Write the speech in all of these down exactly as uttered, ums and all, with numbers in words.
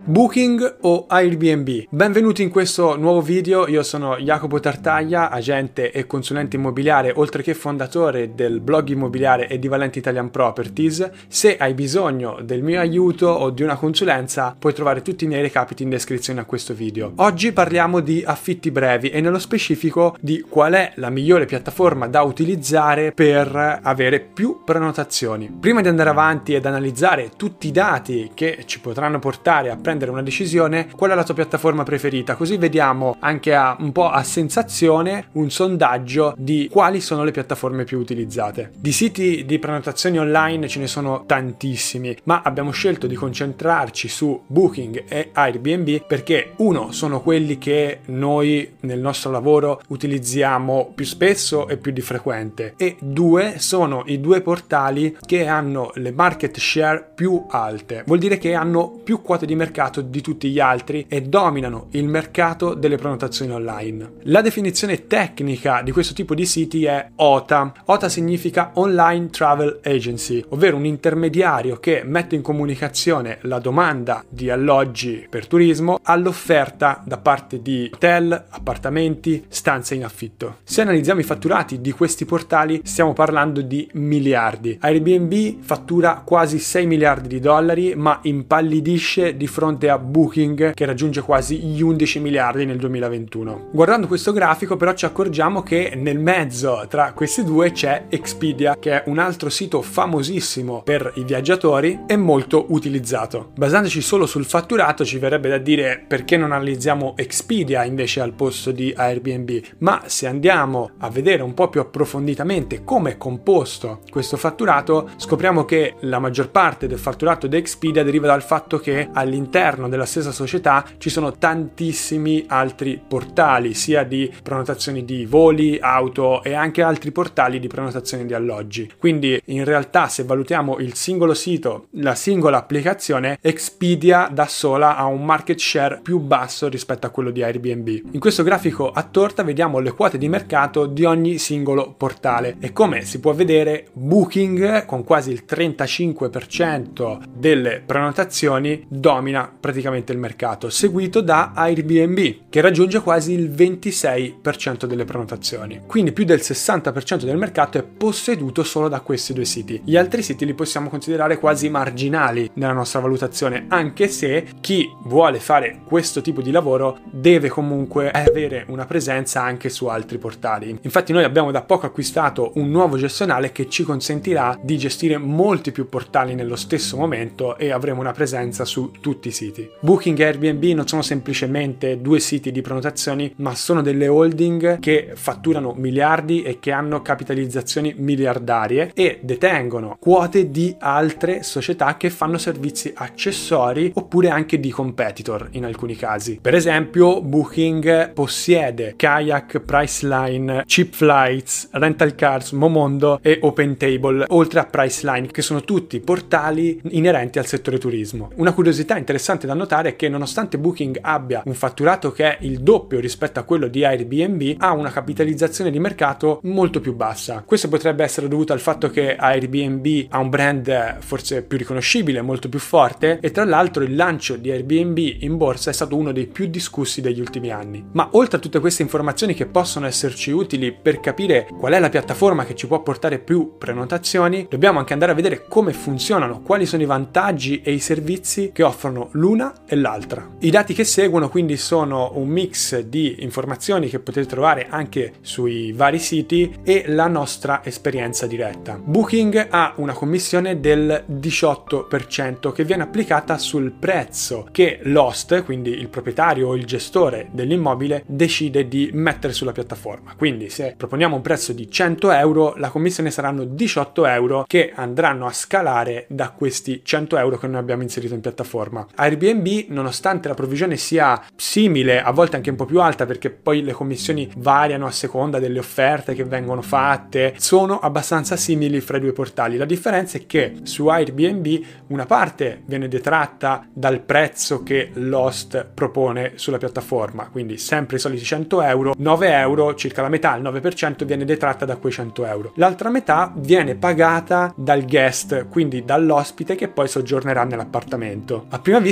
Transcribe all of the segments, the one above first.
Booking o Airbnb? Benvenuti in questo nuovo video, io sono Jacopo Tartaglia, agente e consulente immobiliare oltre che fondatore del blog immobiliare e di Valente Italian Properties. Se hai bisogno del mio aiuto o di una consulenza puoi trovare tutti i miei recapiti in descrizione a questo video. Oggi parliamo di affitti brevi e nello specifico di qual è la migliore piattaforma da utilizzare per avere più prenotazioni. Prima di andare avanti ed analizzare tutti i dati che ci potranno portare a prendere una decisione, qual è la tua piattaforma preferita, così vediamo anche a un po' a sensazione un sondaggio di quali sono le piattaforme più utilizzate. Di siti di prenotazioni online ce ne sono tantissimi, ma abbiamo scelto di concentrarci su Booking e Airbnb perché uno, sono quelli che noi nel nostro lavoro utilizziamo più spesso e più di frequente, e due, sono i due portali che hanno le market share più alte, vuol dire che hanno più quote di mercato di tutti gli altri e dominano il mercato delle prenotazioni online. La definizione tecnica di questo tipo di siti è O T A. O T A significa Online Travel Agency, ovvero un intermediario che mette in comunicazione la domanda di alloggi per turismo all'offerta da parte di hotel, appartamenti, stanze in affitto. Se analizziamo i fatturati di questi portali stiamo parlando di miliardi. Airbnb fattura quasi sei miliardi di dollari ma impallidisce di fronte a Booking che raggiunge quasi gli undici miliardi nel duemilaventuno. Guardando questo grafico però ci accorgiamo che nel mezzo tra questi due c'è Expedia, che è un altro sito famosissimo per i viaggiatori e molto utilizzato. Basandoci solo sul fatturato ci verrebbe da dire perché non analizziamo Expedia invece al posto di Airbnb, ma se andiamo a vedere un po' più approfonditamente come è composto questo fatturato scopriamo che la maggior parte del fatturato di Expedia deriva dal fatto che all'interno della stessa società ci sono tantissimi altri portali, sia di prenotazioni di voli, auto e anche altri portali di prenotazioni di alloggi. Quindi in realtà se valutiamo il singolo sito, la singola applicazione, Expedia da sola ha un market share più basso rispetto a quello di Airbnb. In questo grafico a torta vediamo le quote di mercato di ogni singolo portale e come si può vedere Booking con quasi il trentacinque per cento delle prenotazioni domina praticamente il mercato, seguito da Airbnb che raggiunge quasi il ventisei per cento delle prenotazioni. Quindi più del sessanta per cento del mercato è posseduto solo da questi due siti. Gli altri siti li possiamo considerare quasi marginali nella nostra valutazione, anche se chi vuole fare questo tipo di lavoro deve comunque avere una presenza anche su altri portali. Infatti noi abbiamo da poco acquistato un nuovo gestionale che ci consentirà di gestire molti più portali nello stesso momento e avremo una presenza su tutti i siti. Booking e Airbnb non sono semplicemente due siti di prenotazioni, ma sono delle holding che fatturano miliardi e che hanno capitalizzazioni miliardarie e detengono quote di altre società che fanno servizi accessori oppure anche di competitor in alcuni casi. Per esempio, Booking possiede Kayak, Priceline, Cheap Flights, Rental Cars, Momondo e OpenTable, oltre a Priceline, che sono tutti portali inerenti al settore turismo. Una curiosità interessante da notare è che nonostante Booking abbia un fatturato che è il doppio rispetto a quello di Airbnb, ha una capitalizzazione di mercato molto più bassa. Questo potrebbe essere dovuto al fatto che Airbnb ha un brand forse più riconoscibile, molto più forte, e tra l'altro il lancio di Airbnb in borsa è stato uno dei più discussi degli ultimi anni. Ma oltre a tutte queste informazioni che possono esserci utili per capire qual è la piattaforma che ci può portare più prenotazioni, dobbiamo anche andare a vedere come funzionano, quali sono i vantaggi e i servizi che offrono l'una e l'altra. I dati che seguono quindi sono un mix di informazioni che potete trovare anche sui vari siti e la nostra esperienza diretta. Booking ha una commissione del diciotto per cento che viene applicata sul prezzo che l'host, quindi il proprietario o il gestore dell'immobile, decide di mettere sulla piattaforma. Quindi se proponiamo un prezzo di cento euro, la commissione saranno diciotto euro che andranno a scalare da questi cento euro che noi abbiamo inserito in piattaforma. Airbnb, nonostante la provvigione sia simile, a volte anche un po' più alta perché poi le commissioni variano a seconda delle offerte che vengono fatte, sono abbastanza simili fra i due portali. La differenza è che su Airbnb una parte viene detratta dal prezzo che l'host propone sulla piattaforma, quindi sempre i soliti cento euro, nove euro, circa la metà, il nove per cento viene detratta da quei cento euro. L'altra metà viene pagata dal guest, quindi dall'ospite che poi soggiornerà nell'appartamento. A prima vista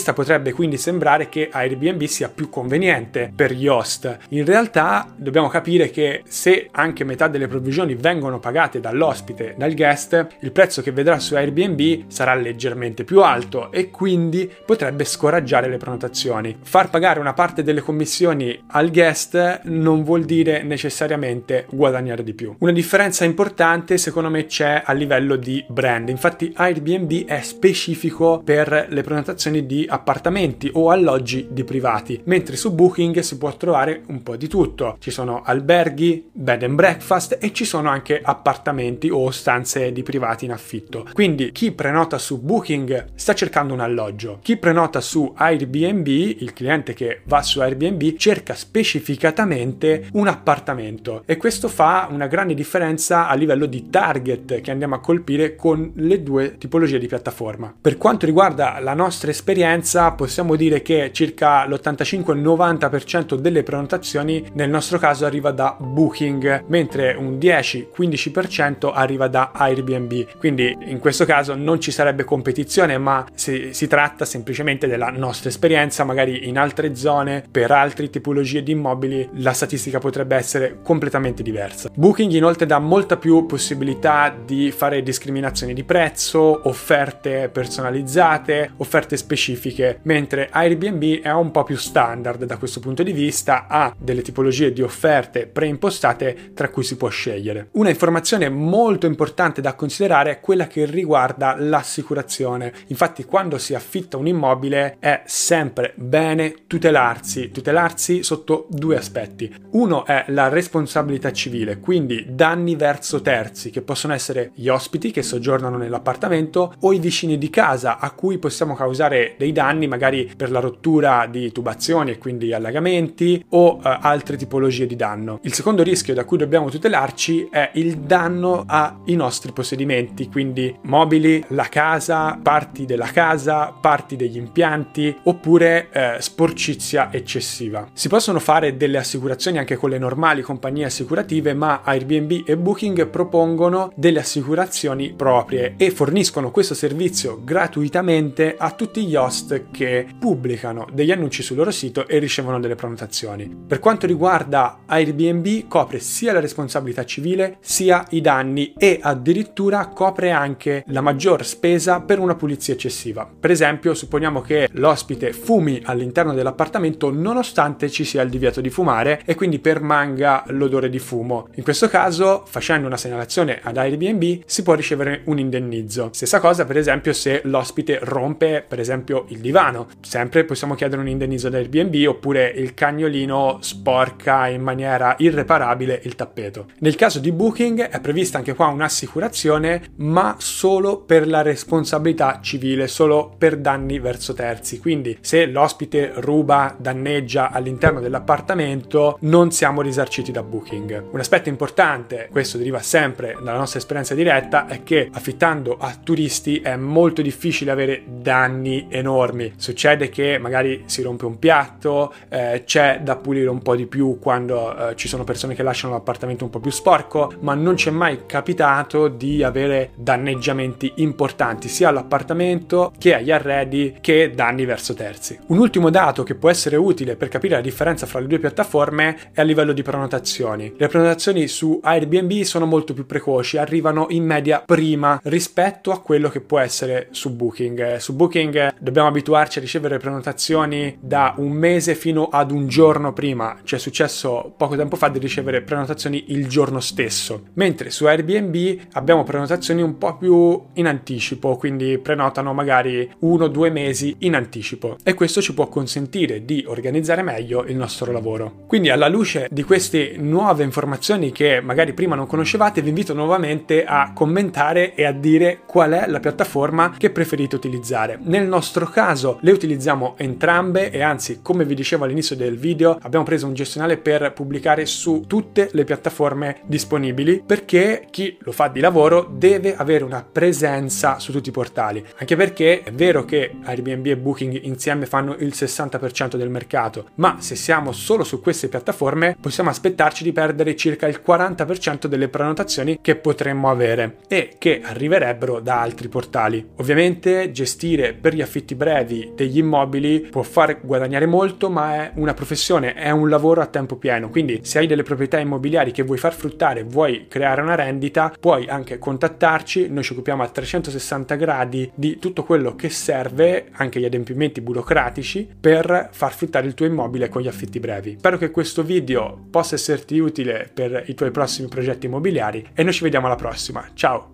vista potrebbe quindi sembrare che Airbnb sia più conveniente per gli host. In realtà dobbiamo capire che se anche metà delle provvigioni vengono pagate dall'ospite, dal guest, il prezzo che vedrà su Airbnb sarà leggermente più alto e quindi potrebbe scoraggiare le prenotazioni. Far pagare una parte delle commissioni al guest non vuol dire necessariamente guadagnare di più. Una differenza importante secondo me c'è a livello di brand. Infatti Airbnb è specifico per le prenotazioni di appartamenti o alloggi di privati, mentre su Booking si può trovare un po' di tutto. Ci sono alberghi, bed and breakfast e ci sono anche appartamenti o stanze di privati in affitto. Quindi chi prenota su Booking sta cercando un alloggio. Chi prenota su Airbnb, il cliente che va su Airbnb, cerca specificatamente un appartamento, e questo fa una grande differenza a livello di target che andiamo a colpire con le due tipologie di piattaforma. Per quanto riguarda la nostra esperienza, possiamo dire che circa l'ottantacinque novanta per cento delle prenotazioni nel nostro caso arriva da Booking, mentre un dieci quindici per cento arriva da Airbnb. Quindi in questo caso non ci sarebbe competizione, ma si, si tratta semplicemente della nostra esperienza. Magari in altre zone, per altre tipologie di immobili, la statistica potrebbe essere completamente diversa. Booking inoltre dà molta più possibilità di fare discriminazioni di prezzo, offerte personalizzate, offerte specifiche, mentre Airbnb è un po' più standard da questo punto di vista, ha delle tipologie di offerte preimpostate tra cui si può scegliere. Una informazione molto importante da considerare è quella che riguarda l'assicurazione. Infatti quando si affitta un immobile è sempre bene tutelarsi, tutelarsi sotto due aspetti. Uno è la responsabilità civile, quindi danni verso terzi, che possono essere gli ospiti che soggiornano nell'appartamento o i vicini di casa a cui possiamo causare dei danni, magari per la rottura di tubazioni e quindi allagamenti o eh, altre tipologie di danno. Il secondo rischio da cui dobbiamo tutelarci è il danno ai nostri possedimenti, quindi mobili, la casa, parti della casa, parti degli impianti oppure eh, sporcizia eccessiva. Si possono fare delle assicurazioni anche con le normali compagnie assicurative, ma Airbnb e Booking propongono delle assicurazioni proprie e forniscono questo servizio gratuitamente a tutti gli host che pubblicano degli annunci sul loro sito e ricevono delle prenotazioni. Per quanto riguarda Airbnb, copre sia la responsabilità civile sia i danni e addirittura copre anche la maggior spesa per una pulizia eccessiva. Per esempio, supponiamo che l'ospite fumi all'interno dell'appartamento nonostante ci sia il divieto di fumare e quindi permanga l'odore di fumo. In questo caso, facendo una segnalazione ad Airbnb, si può ricevere un indennizzo. Stessa cosa, per esempio, se l'ospite rompe, per esempio, il divano. Sempre possiamo chiedere un indennizzo ad Airbnb, oppure il cagnolino sporca in maniera irreparabile il tappeto. Nel caso di Booking è prevista anche qua un'assicurazione, ma solo per la responsabilità civile, solo per danni verso terzi. Quindi se l'ospite ruba, danneggia all'interno dell'appartamento, non siamo risarciti da Booking. Un aspetto importante, questo deriva sempre dalla nostra esperienza diretta, è che affittando a turisti è molto difficile avere danni enormi. Succede che magari si rompe un piatto, eh, c'è da pulire un po' di più quando eh, ci sono persone che lasciano l'appartamento un po' più sporco, ma non c'è mai capitato di avere danneggiamenti importanti sia all'appartamento che agli arredi che danni verso terzi. Un ultimo dato che può essere utile per capire la differenza fra le due piattaforme è a livello di prenotazioni. Le prenotazioni su Airbnb sono molto più precoci, arrivano in media prima rispetto a quello che può essere su Booking. Su Booking dobbiamo abituarci a ricevere prenotazioni da un mese fino ad un giorno prima. Ci è successo poco tempo fa di ricevere prenotazioni il giorno stesso, mentre su Airbnb abbiamo prenotazioni un po' più in anticipo, quindi prenotano magari uno o due mesi in anticipo, e questo ci può consentire di organizzare meglio il nostro lavoro. Quindi, alla luce di queste nuove informazioni che magari prima non conoscevate, vi invito nuovamente a commentare e a dire qual è la piattaforma che preferite utilizzare. Nel nostro caso le utilizziamo entrambe e anzi, come vi dicevo all'inizio del video, abbiamo preso un gestionale per pubblicare su tutte le piattaforme disponibili, perché chi lo fa di lavoro deve avere una presenza su tutti i portali, anche perché è vero che Airbnb e Booking insieme fanno il sessanta per cento del mercato, ma se siamo solo su queste piattaforme possiamo aspettarci di perdere circa il quaranta per cento delle prenotazioni che potremmo avere e che arriverebbero da altri portali. Ovviamente gestire per gli affitti brevi degli immobili può far guadagnare molto, ma è una professione, è un lavoro a tempo pieno. Quindi se hai delle proprietà immobiliari che vuoi far fruttare, vuoi creare una rendita, puoi anche contattarci. Noi ci occupiamo a trecentosessanta gradi di tutto quello che serve, anche gli adempimenti burocratici, per far fruttare il tuo immobile con gli affitti brevi. Spero che questo video possa esserti utile per i tuoi prossimi progetti immobiliari e noi ci vediamo alla prossima. Ciao!